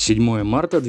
7 марта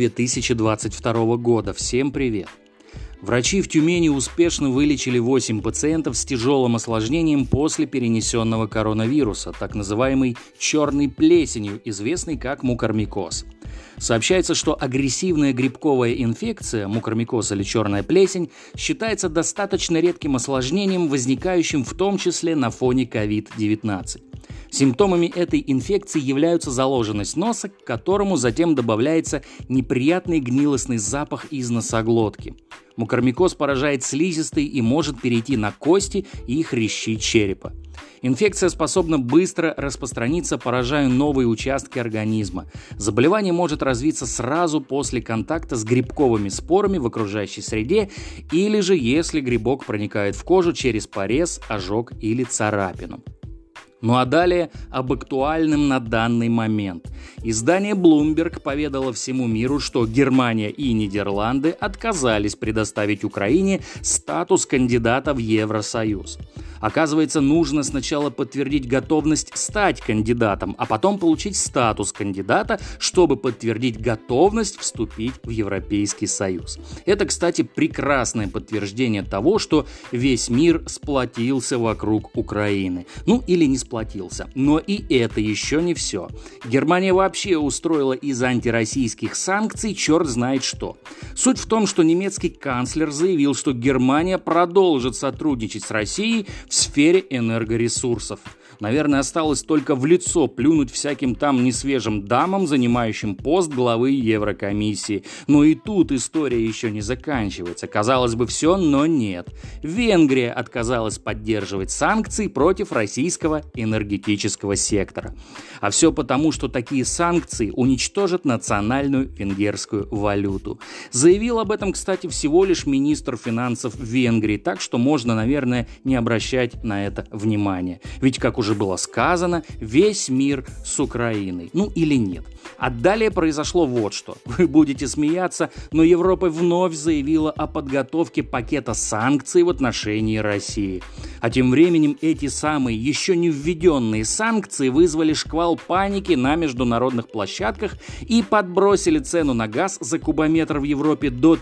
2022 года. Всем привет! Врачи в Тюмени успешно вылечили 8 пациентов с тяжелым осложнением после перенесенного коронавируса, так называемой черной плесенью, известной как мукормикоз. Сообщается, что агрессивная грибковая инфекция, мукормикоз или черная плесень, считается достаточно редким осложнением, возникающим в том числе на фоне COVID-19. Симптомами этой инфекции являются заложенность носа, к которому затем добавляется неприятный гнилостный запах из носоглотки. Мукормикоз поражает слизистые и может перейти на кости и хрящи черепа. Инфекция способна быстро распространиться, поражая новые участки организма. Заболевание может развиться сразу после контакта с грибковыми спорами в окружающей среде или же если грибок проникает в кожу через порез, ожог или царапину. Ну а далее об актуальном на данный момент. Издание Bloomberg поведало всему миру, что Германия и Нидерланды отказались предоставить Украине статус кандидата в Евросоюз. Оказывается, нужно сначала подтвердить готовность стать кандидатом, а потом получить статус кандидата, чтобы подтвердить готовность вступить в Европейский Союз. Это, кстати, прекрасное подтверждение того, что весь мир сплотился вокруг Украины. Ну или не сплотился. Но и это еще не все. Германия вообще устроила из антироссийских санкций черт знает что. Суть в том, что немецкий канцлер заявил, что Германия продолжит сотрудничать с Россией в сфере энергоресурсов. Наверное, осталось только в лицо плюнуть всяким там несвежим дамам, занимающим пост главы Еврокомиссии. Но и тут история еще не заканчивается. Казалось бы, все, но нет. Венгрия отказалась поддерживать санкции против российского энергетического сектора. А все потому, что такие санкции уничтожат национальную венгерскую валюту. Заявил об этом, кстати, всего лишь министр финансов Венгрии, так что можно, наверное, не обращать на это внимания. Ведь, как уже было сказано, весь мир с Украиной. Ну или нет. А далее произошло вот что. Вы будете смеяться, но Европа вновь заявила о подготовке пакета санкций в отношении России. А тем временем эти самые еще не введенные санкции вызвали шквал паники на международных площадках и подбросили цену на газ за кубометр в Европе до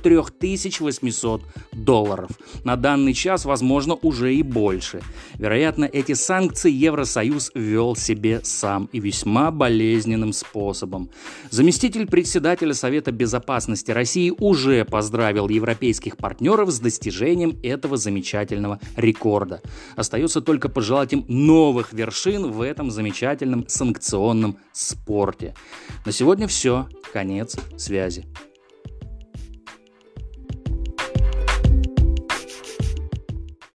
$3800. На данный час, возможно, уже и больше. Вероятно, эти санкции Евросоюз ввел себе сам и весьма болезненным способом. Заместитель председателя Совета Безопасности России уже поздравил европейских партнеров с достижением этого замечательного рекорда. Остается только пожелать им новых вершин в этом замечательном санкционном спорте. На сегодня все. Конец связи.